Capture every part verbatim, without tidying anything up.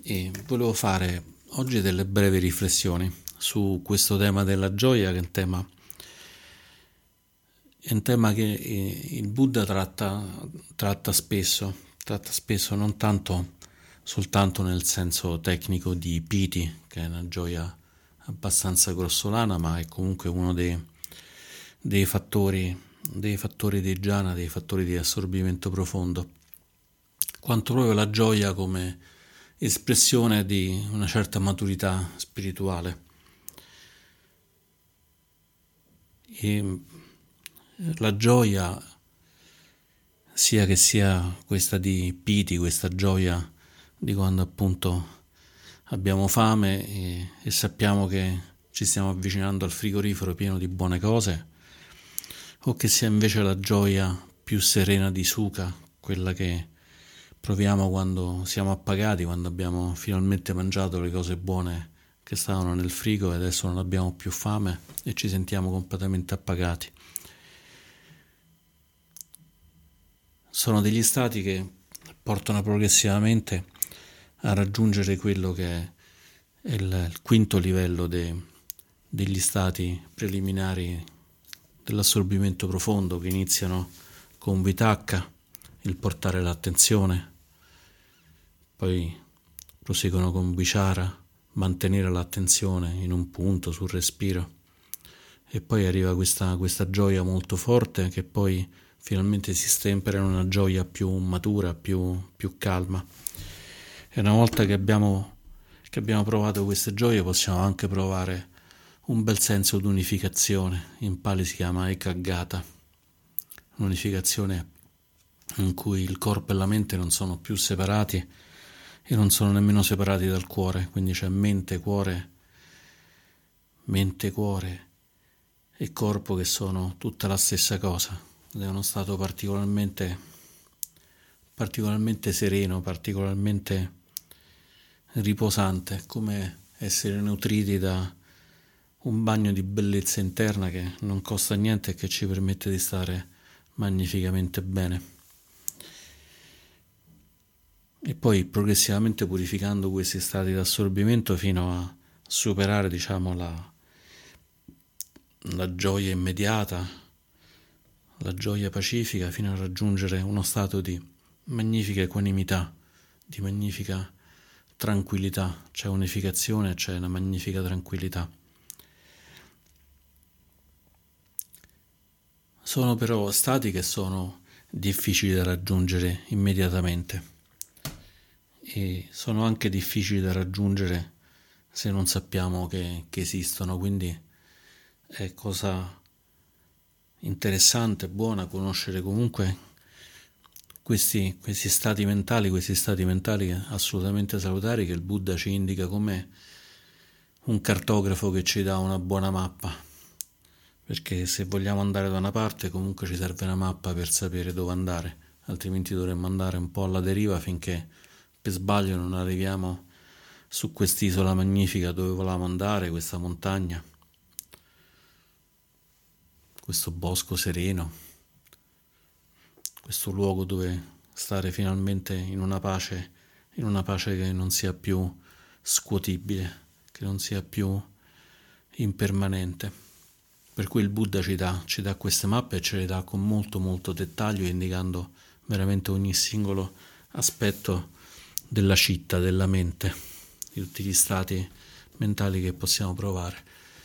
e volevo fare oggi delle brevi riflessioni su questo tema della gioia, che è un tema, è un tema che eh, il Buddha tratta, tratta spesso, tratta spesso non tanto soltanto nel senso tecnico di piti, che è una gioia abbastanza grossolana, ma è comunque uno dei, dei fattori, dei fattori di jhana, dei fattori di assorbimento profondo, quanto proprio la gioia come espressione di una certa maturità spirituale. E la gioia, sia che sia questa di piti, questa gioia di quando appunto abbiamo fame e, e sappiamo che ci stiamo avvicinando al frigorifero pieno di buone cose, o che sia invece la gioia più serena di sukha, quella che proviamo quando siamo appagati, quando abbiamo finalmente mangiato le cose buone che stavano nel frigo e adesso non abbiamo più fame e ci sentiamo completamente appagati. Sono degli stati che portano progressivamente a raggiungere quello che è il, il quinto livello de, degli stati preliminari dell'assorbimento profondo, che iniziano con vitakka, il portare l'attenzione, poi proseguono con vichara, mantenere l'attenzione in un punto sul respiro, e poi arriva questa, questa gioia molto forte che poi finalmente si stempera in una gioia più matura, più, più calma. E una volta che abbiamo, che abbiamo provato queste gioie possiamo anche provare un bel senso di unificazione. In Pali si chiama Ekaggata, un'unificazione in cui il corpo e la mente non sono più separati e non sono nemmeno separati dal cuore, quindi c'è mente, cuore, mente, cuore e corpo che sono tutta la stessa cosa. Ed è uno stato particolarmente particolarmente sereno, particolarmente riposante, come essere nutriti da un bagno di bellezza interna che non costa niente e che ci permette di stare magnificamente bene. E poi progressivamente purificando questi stati di assorbimento fino a superare, diciamo, la, la gioia immediata, la gioia pacifica, fino a raggiungere uno stato di magnifica equanimità, di magnifica tranquillità. C'è unificazione, c'è una magnifica tranquillità. Sono però stati che sono difficili da raggiungere immediatamente e sono anche difficili da raggiungere se non sappiamo che, che esistono, quindi è cosa interessante, buona conoscere comunque questi, questi stati mentali, questi stati mentali assolutamente salutari che il Buddha ci indica come un cartografo che ci dà una buona mappa, perché se vogliamo andare da una parte comunque ci serve una mappa per sapere dove andare, altrimenti dovremmo andare un po' alla deriva finché per sbaglio non arriviamo su quest'isola magnifica dove volevamo andare, questa montagna, questo bosco sereno, questo luogo dove stare finalmente in una pace, in una pace che non sia più scuotibile, che non sia più impermanente. Per cui il Buddha ci dà, ci dà queste mappe e ce le dà con molto molto dettaglio, indicando veramente ogni singolo aspetto della citta, della mente, di tutti gli stati mentali che possiamo provare.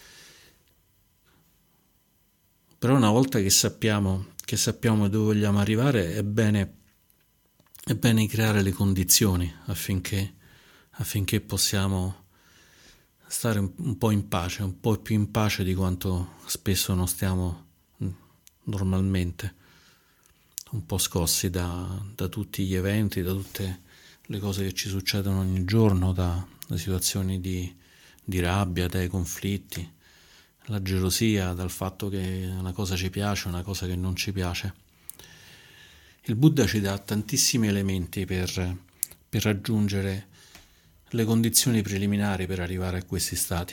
Però una volta che sappiamo, che sappiamo dove vogliamo arrivare, è bene, è bene creare le condizioni affinché, affinché possiamo stare un po' in pace, un po' più in pace di quanto spesso non stiamo normalmente, un po' scossi da, da tutti gli eventi, da tutte le cose che ci succedono ogni giorno, da, da situazioni di, di rabbia, dai conflitti, la gelosia, dal fatto che una cosa ci piace, una cosa che non ci piace. Il Buddha ci dà tantissimi elementi per, per raggiungere le condizioni preliminari per arrivare a questi stati.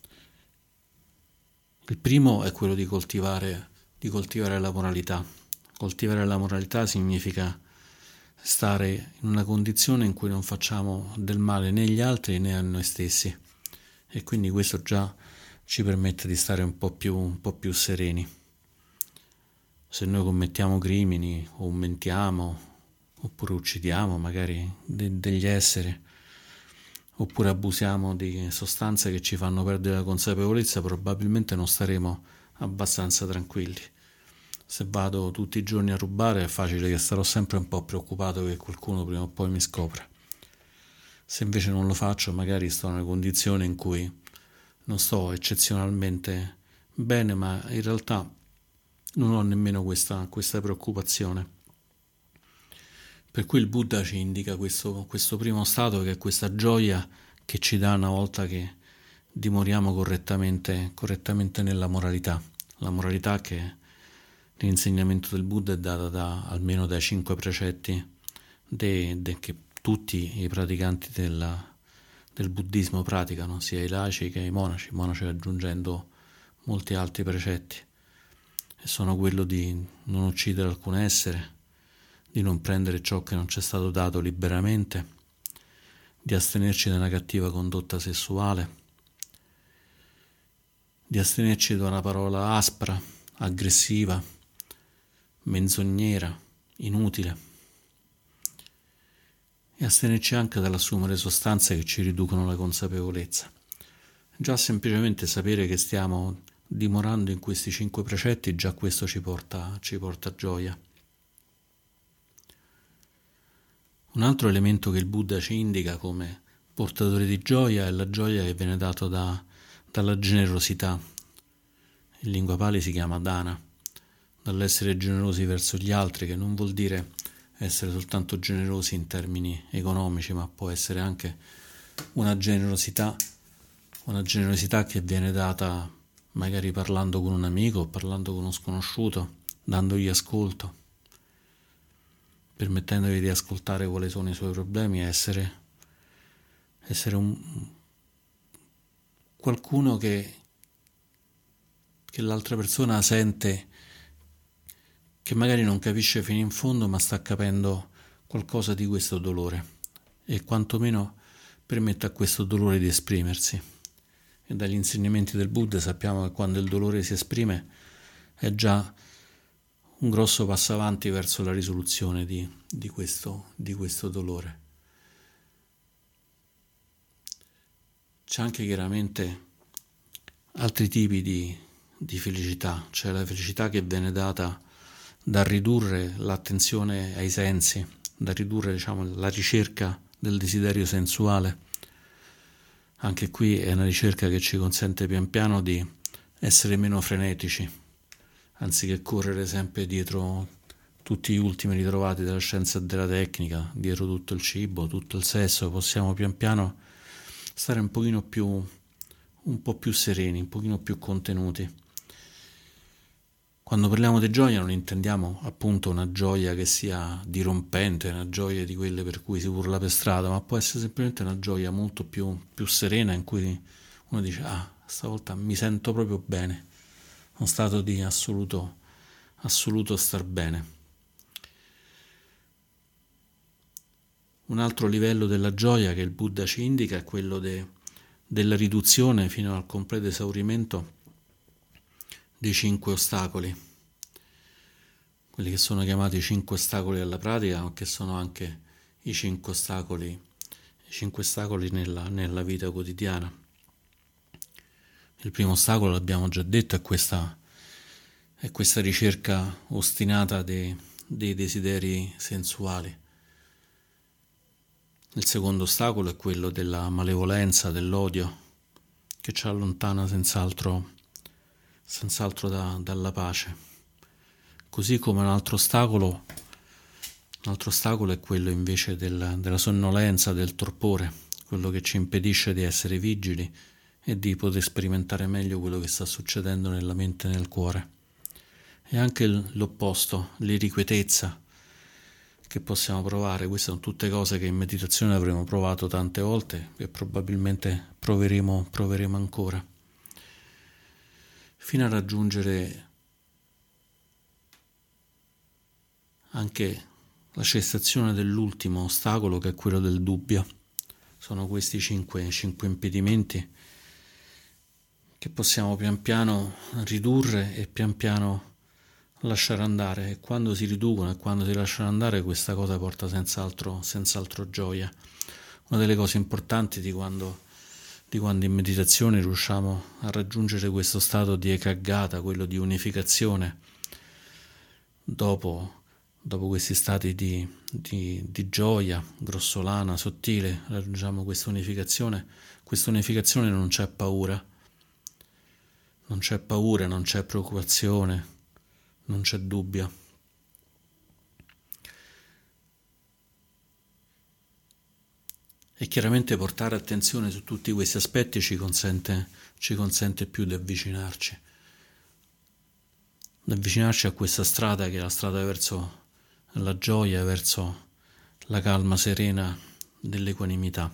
Il primo è quello di coltivare, di coltivare la moralità. Coltivare la moralità significa stare in una condizione in cui non facciamo del male né agli altri né a noi stessi, e quindi questo già ci permette di stare un po' più, un po' più sereni. Se noi commettiamo crimini o mentiamo oppure uccidiamo magari de- degli esseri, oppure abusiamo di sostanze che ci fanno perdere la consapevolezza, probabilmente non staremo abbastanza tranquilli. Se vado tutti i giorni a rubare è facile che starò sempre un po' preoccupato che qualcuno prima o poi mi scopra. Se invece non lo faccio, magari sto in una condizione in cui non sto eccezionalmente bene, ma in realtà non ho nemmeno questa, questa preoccupazione. Per cui il Buddha ci indica questo, questo primo stato, che è questa gioia che ci dà una volta che dimoriamo correttamente, correttamente nella moralità. La moralità che l'insegnamento del Buddha è data da, almeno dai cinque precetti de, de, che tutti i praticanti della, del buddismo praticano, sia i laici che i monaci, i monaci aggiungendo molti altri precetti, e sono quello di non uccidere alcun essere, di non prendere ciò che non ci è stato dato liberamente, di astenerci da una cattiva condotta sessuale, di astenerci da una parola aspra, aggressiva, menzognera, inutile, e astenerci anche dall'assumere sostanze che ci riducono la consapevolezza. Già semplicemente sapere che stiamo dimorando in questi cinque precetti, già questo ci porta, ci porta gioia. Un altro elemento che il Buddha ci indica come portatore di gioia è la gioia che viene data da, dalla generosità. In lingua pali si chiama dana, dall'essere generosi verso gli altri, che non vuol dire essere soltanto generosi in termini economici, ma può essere anche una generosità, una generosità che viene data magari parlando con un amico, parlando con uno sconosciuto, dandogli ascolto, permettendogli di ascoltare quali sono i suoi problemi, essere, essere un, qualcuno che, che l'altra persona sente, che magari non capisce fino in fondo, ma sta capendo qualcosa di questo dolore, e quantomeno permette a questo dolore di esprimersi. E dagli insegnamenti del Buddha sappiamo che quando il dolore si esprime è già un grosso passo avanti verso la risoluzione di, di, questo, di questo dolore. C'è anche chiaramente altri tipi di, di felicità, cioè la felicità che viene data da ridurre l'attenzione ai sensi, da ridurre, diciamo, la ricerca del desiderio sensuale. Anche qui è una ricerca che ci consente pian piano di essere meno frenetici, anziché correre sempre dietro tutti gli ultimi ritrovati della scienza e della tecnica, dietro tutto il cibo, tutto il sesso. Possiamo pian piano stare un pochino più, un po' più sereni, un pochino più contenuti. Quando parliamo di gioia non intendiamo appunto una gioia che sia dirompente, una gioia di quelle per cui si urla per strada, ma può essere semplicemente una gioia molto più, più serena, in cui uno dice: ah, stavolta mi sento proprio bene, uno stato di assoluto, assoluto star bene. Un altro livello della gioia che il Buddha ci indica è quello de, della riduzione fino al completo esaurimento dei cinque ostacoli, quelli che sono chiamati i cinque ostacoli alla pratica, ma che sono anche i cinque ostacoli, i cinque ostacoli nella, nella vita quotidiana. Il primo ostacolo, l'abbiamo già detto, è questa, è questa ricerca ostinata dei, dei desideri sensuali. Il secondo ostacolo è quello della malevolenza, dell'odio, che ci allontana senz'altro, senz'altro da, dalla pace. Così come un altro ostacolo, un altro ostacolo è quello invece del, della sonnolenza, del torpore, quello che ci impedisce di essere vigili e di poter sperimentare meglio quello che sta succedendo nella mente e nel cuore. E anche l'opposto, l'irrequietezza che possiamo provare. Queste sono tutte cose che in meditazione avremo provato tante volte e probabilmente proveremo, proveremo ancora, fino a raggiungere anche la cessazione dell'ultimo ostacolo, che è quello del dubbio. Sono questi cinque, cinque impedimenti che possiamo pian piano ridurre e pian piano lasciare andare, e quando si riducono e quando si lasciano andare, questa cosa porta senz'altro, senz'altro gioia. Una delle cose importanti di quando, di quando in meditazione riusciamo a raggiungere questo stato di ekaggata, quello di unificazione, dopo Dopo questi stati di, di, di gioia grossolana, sottile, raggiungiamo questa unificazione. Questa unificazione non c'è paura, non c'è paura, non c'è preoccupazione, non c'è dubbio. E chiaramente portare attenzione su tutti questi aspetti ci consente, ci consente più di avvicinarci, di avvicinarci a questa strada che è la strada verso la gioia, verso la calma serena dell'equanimità.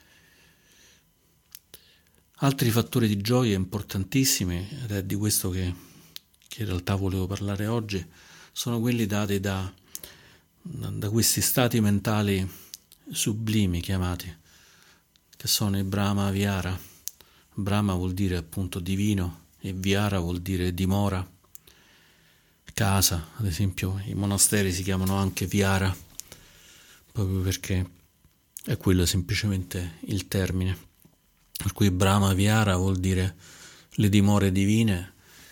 Altri fattori di gioia importantissimi, ed è di questo che, che in realtà volevo parlare oggi, sono quelli dati da, da questi stati mentali sublimi chiamati, che sono i Brahma Vihara. Brahma vuol dire appunto divino e Vihara vuol dire dimora, casa. Ad esempio i monasteri si chiamano anche Vihara, proprio perché è quello semplicemente il termine. Per cui Brahma Vihara vuol dire le dimore divine,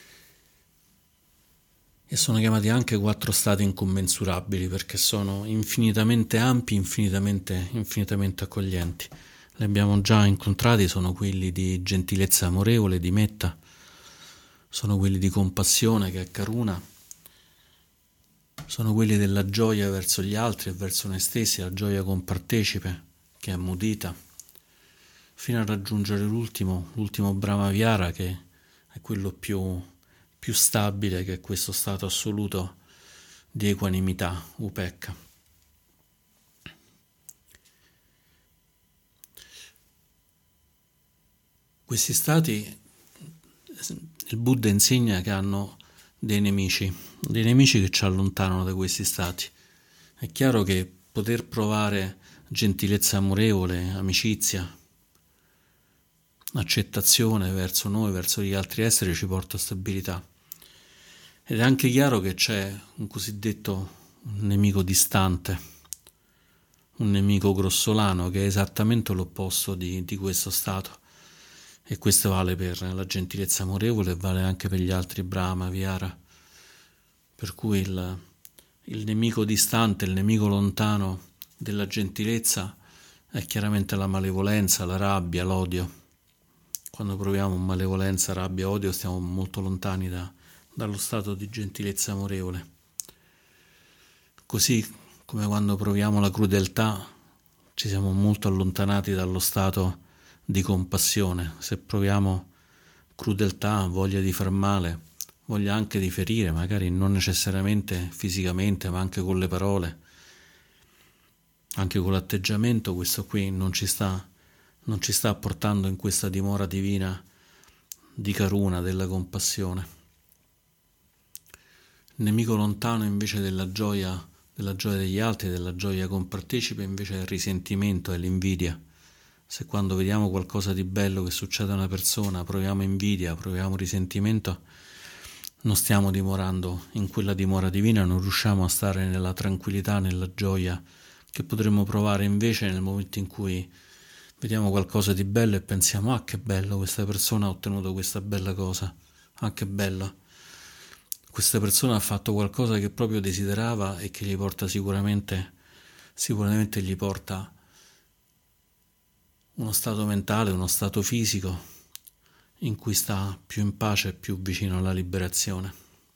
e sono chiamati anche quattro stati incommensurabili perché sono infinitamente ampi, infinitamente, infinitamente accoglienti. Li abbiamo già incontrati, sono quelli di gentilezza amorevole, di metta, sono quelli di compassione, che è karuna, sono quelli della gioia verso gli altri e verso noi stessi, la gioia compartecipe, che è mudita, fino a raggiungere l'ultimo, l'ultimo Brahma Vihara, che è quello più, più stabile, che è questo stato assoluto di equanimità, upekka. Questi stati, il Buddha insegna che hanno dei nemici, dei nemici che ci allontanano da questi stati. È chiaro che poter provare gentilezza amorevole, amicizia, accettazione verso noi, verso gli altri esseri, ci porta a stabilità. Ed è anche chiaro che c'è un cosiddetto nemico distante, un nemico grossolano, che è esattamente l'opposto di, di questo stato. E questo vale per la gentilezza amorevole e vale anche per gli altri Brahma, Vihara. Per cui il, il nemico distante, il nemico lontano della gentilezza è chiaramente la malevolenza, la rabbia, l'odio. Quando proviamo malevolenza, rabbia, odio, stiamo molto lontani da, dallo stato di gentilezza amorevole. Così come quando proviamo la crudeltà, ci siamo molto allontanati dallo stato di compassione. Se proviamo crudeltà, voglia di far male, voglia anche di ferire, magari non necessariamente fisicamente, ma anche con le parole, anche con l'atteggiamento, questo qui non ci sta, non ci sta portando in questa dimora divina di karuna, della compassione. Il nemico lontano invece della gioia, della gioia degli altri, della gioia compartecipe, invece è il risentimento, è l'invidia. Se quando vediamo qualcosa di bello che succede a una persona proviamo invidia, proviamo risentimento, non stiamo dimorando in quella dimora divina, non riusciamo a stare nella tranquillità, nella gioia che potremmo provare invece nel momento in cui vediamo qualcosa di bello e pensiamo: ah, che bello, questa persona ha ottenuto questa bella cosa, ah, che bello, questa persona ha fatto qualcosa che proprio desiderava e che gli porta sicuramente, sicuramente gli porta uno stato mentale, uno stato fisico in cui sta più in pace e più vicino alla liberazione.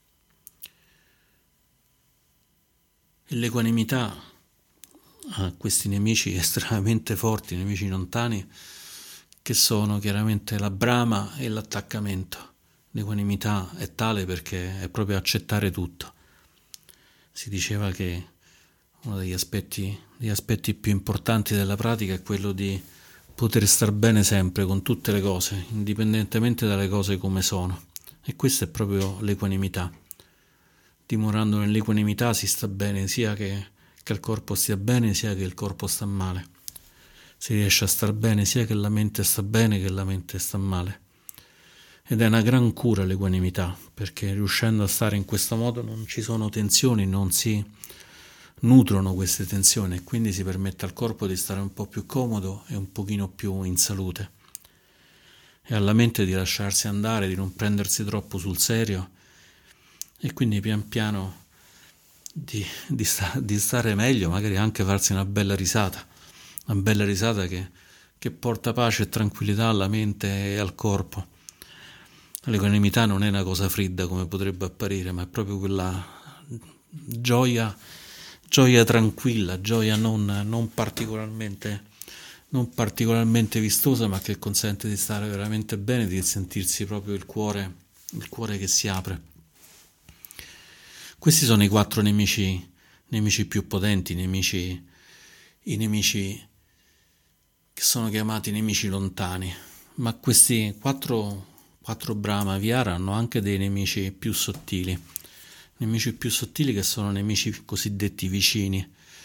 E l'equanimità ha questi nemici estremamente forti, nemici lontani, che sono chiaramente la brama e l'attaccamento. L'equanimità è tale perché è proprio accettare tutto. Si diceva che uno degli aspetti, degli aspetti più importanti della pratica è quello di poter star bene sempre con tutte le cose, indipendentemente dalle cose come sono. E questa è proprio l'equanimità. Dimorando nell'equanimità si sta bene sia che, che il corpo stia bene sia che il corpo sta male. Si riesce a star bene sia che la mente sta bene che la mente sta male. Ed è una gran cura l'equanimità, perché riuscendo a stare in questo modo non ci sono tensioni, non si nutrono queste tensioni e quindi si permette al corpo di stare un po' più comodo e un pochino più in salute. E alla mente di lasciarsi andare, di non prendersi troppo sul serio e quindi pian piano di, di, sta, di stare meglio, magari anche farsi una bella risata, una bella risata che, che porta pace e tranquillità alla mente e al corpo. L'equanimità non è una cosa fredda come potrebbe apparire, ma è proprio quella gioia, gioia tranquilla, gioia non, non particolarmente, non particolarmente vistosa, ma che consente di stare veramente bene, di sentirsi proprio il cuore, il cuore che si apre. Questi sono i quattro nemici, nemici più potenti, nemici, i nemici che sono chiamati nemici lontani, ma questi quattro Quattro Brahma Vihara hanno anche dei nemici più sottili, nemici più sottili che sono nemici cosiddetti vicini.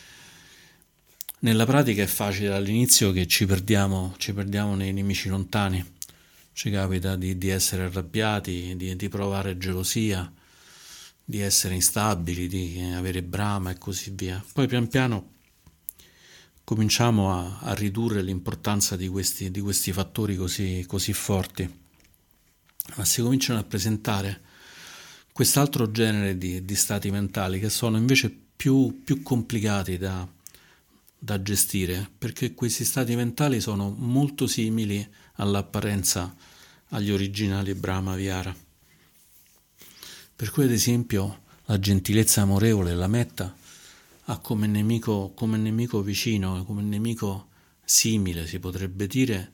Nella pratica è facile all'inizio che ci perdiamo, ci perdiamo nei nemici lontani, ci capita di, di essere arrabbiati, di, di provare gelosia, di essere instabili, di avere Brahma e così via. Poi pian piano cominciamo a, a ridurre l'importanza di questi, di questi fattori così, così forti. Ma si cominciano a presentare quest'altro genere di, di stati mentali che sono invece più, più complicati da, da gestire, perché questi stati mentali sono molto simili all'apparenza agli originali Brahma Vihara. Per cui ad esempio la gentilezza amorevole, la metta, ha come nemico, come nemico vicino, come nemico simile, si potrebbe dire,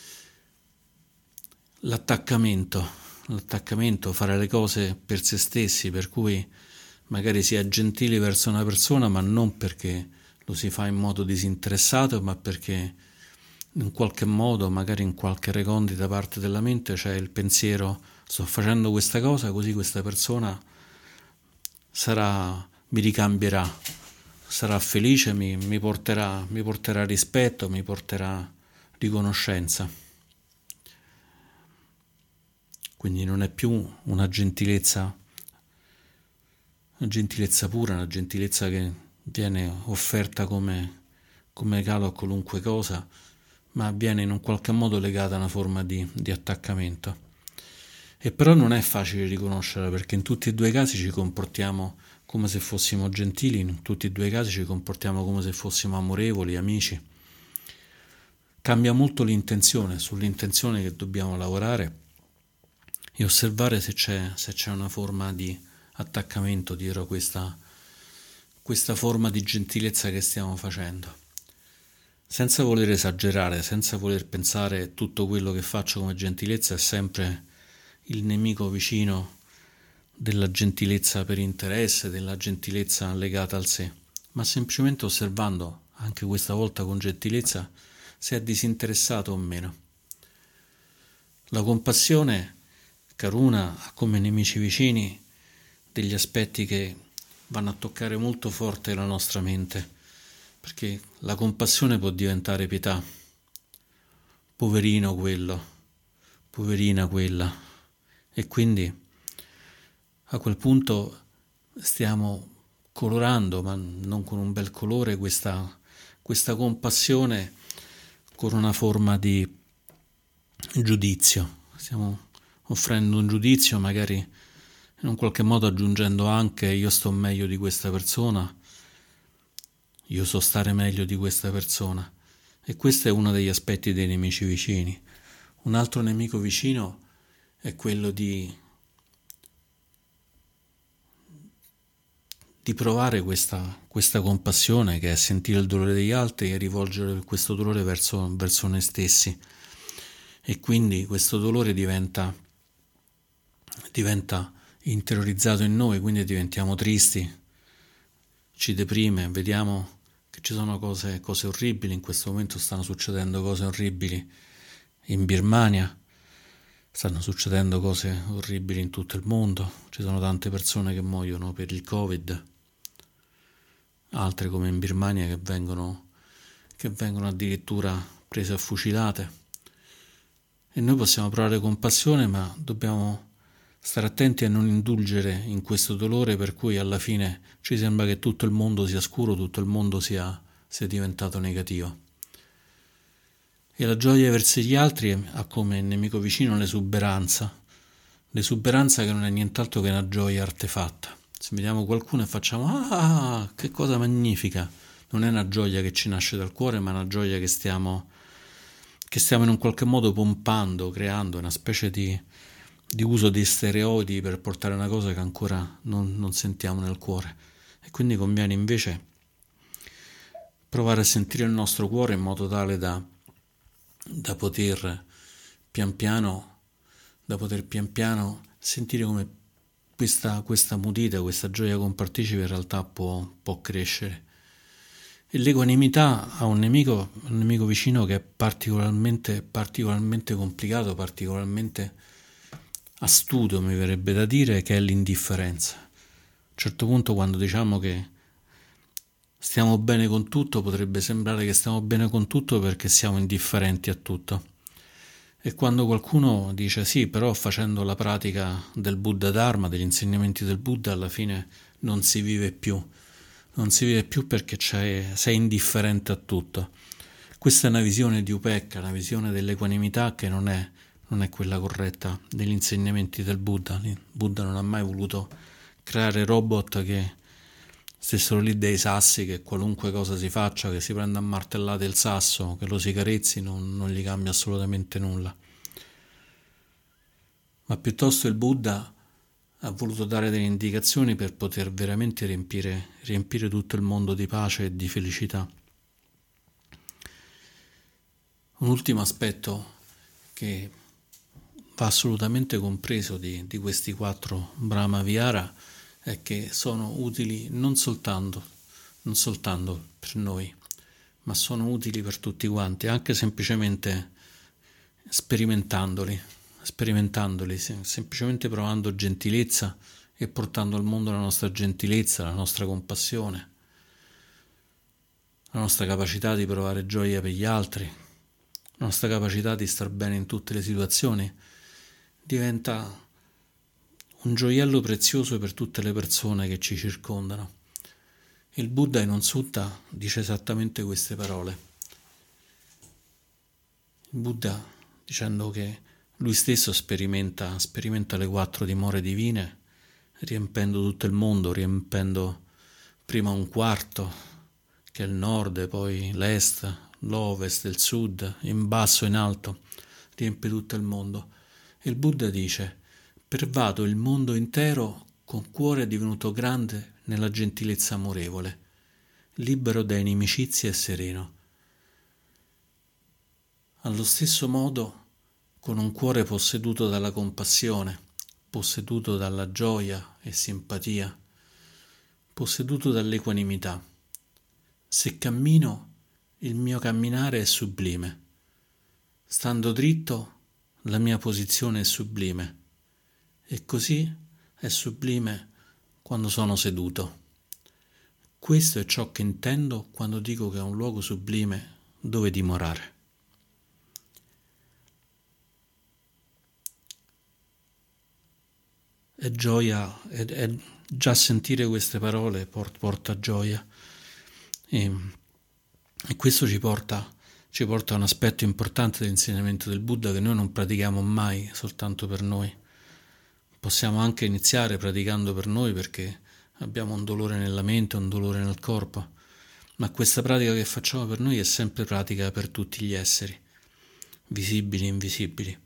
L'attaccamento, l'attaccamento, fare le cose per se stessi, per cui magari si è gentili verso una persona, ma non perché lo si fa in modo disinteressato, ma perché in qualche modo, magari in qualche recondita parte della mente, c'è il pensiero: sto facendo questa cosa così questa persona sarà, mi ricambierà, sarà felice, mi, mi porterà, mi porterà rispetto, mi porterà riconoscenza. Quindi non è più una gentilezza, una gentilezza pura, una gentilezza che viene offerta come, come regalo a qualunque cosa, ma viene in un qualche modo legata a una forma di, di attaccamento. E però non è facile riconoscerla, perché in tutti e due i casi ci comportiamo come se fossimo gentili, in tutti e due i casi ci comportiamo come se fossimo amorevoli, amici. Cambia molto l'intenzione, sull'intenzione che dobbiamo lavorare e osservare se c'è, se c'è una forma di attaccamento dietro questa, questa forma di gentilezza che stiamo facendo. Senza voler esagerare, senza voler pensare tutto quello che faccio come gentilezza è sempre il nemico vicino della gentilezza per interesse, della gentilezza legata al sé, ma semplicemente osservando, anche questa volta con gentilezza, se è disinteressato o meno. La compassione, Karuna, ha come nemici vicini degli aspetti che vanno a toccare molto forte la nostra mente, perché la compassione può diventare pietà. Poverino quello, poverina quella, e quindi a quel punto stiamo colorando, ma non con un bel colore, questa, questa compassione con una forma di giudizio. Stiamo offrendo un giudizio, magari in un qualche modo aggiungendo anche: io sto meglio di questa persona, io so stare meglio di questa persona. E questo è uno degli aspetti dei nemici vicini. Un altro nemico vicino è quello di, di provare questa, questa compassione, che è sentire il dolore degli altri e rivolgere questo dolore verso, verso noi stessi. E quindi questo dolore diventa diventa interiorizzato in noi, quindi diventiamo tristi, ci deprime, vediamo che ci sono cose, cose orribili. In questo momento stanno succedendo cose orribili in Birmania, stanno succedendo cose orribili in tutto il mondo, ci sono tante persone che muoiono per il Covid, altre come in Birmania che vengono, che vengono addirittura prese a fucilate. E noi possiamo provare compassione, ma dobbiamo stare attenti a non indulgere in questo dolore per cui alla fine ci sembra che tutto il mondo sia scuro, tutto il mondo sia, sia diventato negativo. E la gioia verso gli altri ha come nemico vicino l'esuberanza, l'esuberanza che non è nient'altro che una gioia artefatta. Se vediamo qualcuno e facciamo ah, che cosa magnifica, non è una gioia che ci nasce dal cuore, ma una gioia che stiamo, che stiamo in un qualche modo pompando, creando una specie di, di uso di steroidi per portare una cosa che ancora non, non sentiamo nel cuore. E quindi conviene invece provare a sentire il nostro cuore in modo tale da, da poter pian piano, da poter pian piano sentire come questa, questa mudita, questa gioia compartecipe in realtà può, può crescere. E l'equanimità ha un nemico, un nemico vicino che è particolarmente, particolarmente complicato, particolarmente astuto, mi verrebbe da dire, che è l'indifferenza. A un certo punto, quando diciamo che stiamo bene con tutto, potrebbe sembrare che stiamo bene con tutto perché siamo indifferenti a tutto. E quando qualcuno dice sì, però facendo la pratica del Buddha Dharma, degli insegnamenti del Buddha, alla fine non si vive più. Non si vive più perché c'è, sei indifferente a tutto. Questa è una visione di Upekkha, una visione dell'equanimità che non è, non è quella corretta degli insegnamenti del Buddha. Il Buddha non ha mai voluto creare robot che stessero lì dei sassi, che qualunque cosa si faccia, che si prenda a martellate il sasso, che lo si carezzi, non, non gli cambia assolutamente nulla. Ma piuttosto il Buddha ha voluto dare delle indicazioni per poter veramente riempire, riempire tutto il mondo di pace e di felicità. Un ultimo aspetto che va assolutamente compreso di, di questi quattro Brahma Vihara è che sono utili non soltanto, non soltanto per noi, ma sono utili per tutti quanti, anche semplicemente sperimentandoli. sperimentandoli, semplicemente provando gentilezza e portando al mondo la nostra gentilezza, la nostra compassione, la nostra capacità di provare gioia per gli altri, la nostra capacità di star bene in tutte le situazioni, diventa un gioiello prezioso per tutte le persone che ci circondano. Il Buddha in un sutta dice esattamente queste parole. Il Buddha, dicendo che lui stesso sperimenta, sperimenta le quattro dimore divine, riempendo tutto il mondo, riempendo prima un quarto, che è il nord, poi l'est, l'ovest, il sud, in basso, in alto, riempie tutto il mondo. E il Buddha dice: pervado il mondo intero con cuore divenuto grande nella gentilezza amorevole, libero da inimicizie e sereno. Allo stesso modo, con un cuore posseduto dalla compassione, posseduto dalla gioia e simpatia, posseduto dall'equanimità. Se cammino, il mio camminare è sublime. Stando dritto, la mia posizione è sublime. E così è sublime quando sono seduto. Questo è ciò che intendo quando dico che è un luogo sublime dove dimorare. È gioia, è, è già sentire queste parole porta, porta gioia e, e questo ci porta, ci porta a un aspetto importante dell'insegnamento del Buddha che noi non pratichiamo mai soltanto per noi. Possiamo anche iniziare praticando per noi perché abbiamo un dolore nella mente, un dolore nel corpo, ma questa pratica che facciamo per noi è sempre pratica per tutti gli esseri, visibili e invisibili,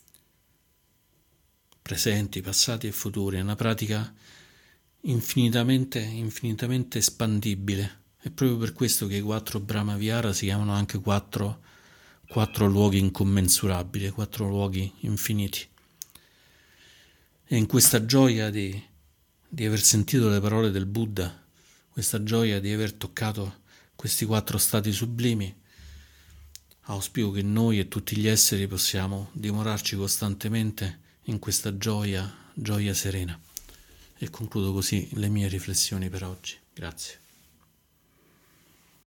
presenti, passati e futuri. È una pratica infinitamente, infinitamente espandibile. È proprio per questo che i quattro Brahma Vihara si chiamano anche quattro, quattro luoghi incommensurabili, quattro luoghi infiniti. E in questa gioia di, di aver sentito le parole del Buddha, questa gioia di aver toccato questi quattro stati sublimi, auspico che noi e tutti gli esseri possiamo dimorarci costantemente in questa gioia, gioia serena. E concludo così le mie riflessioni per oggi. Grazie.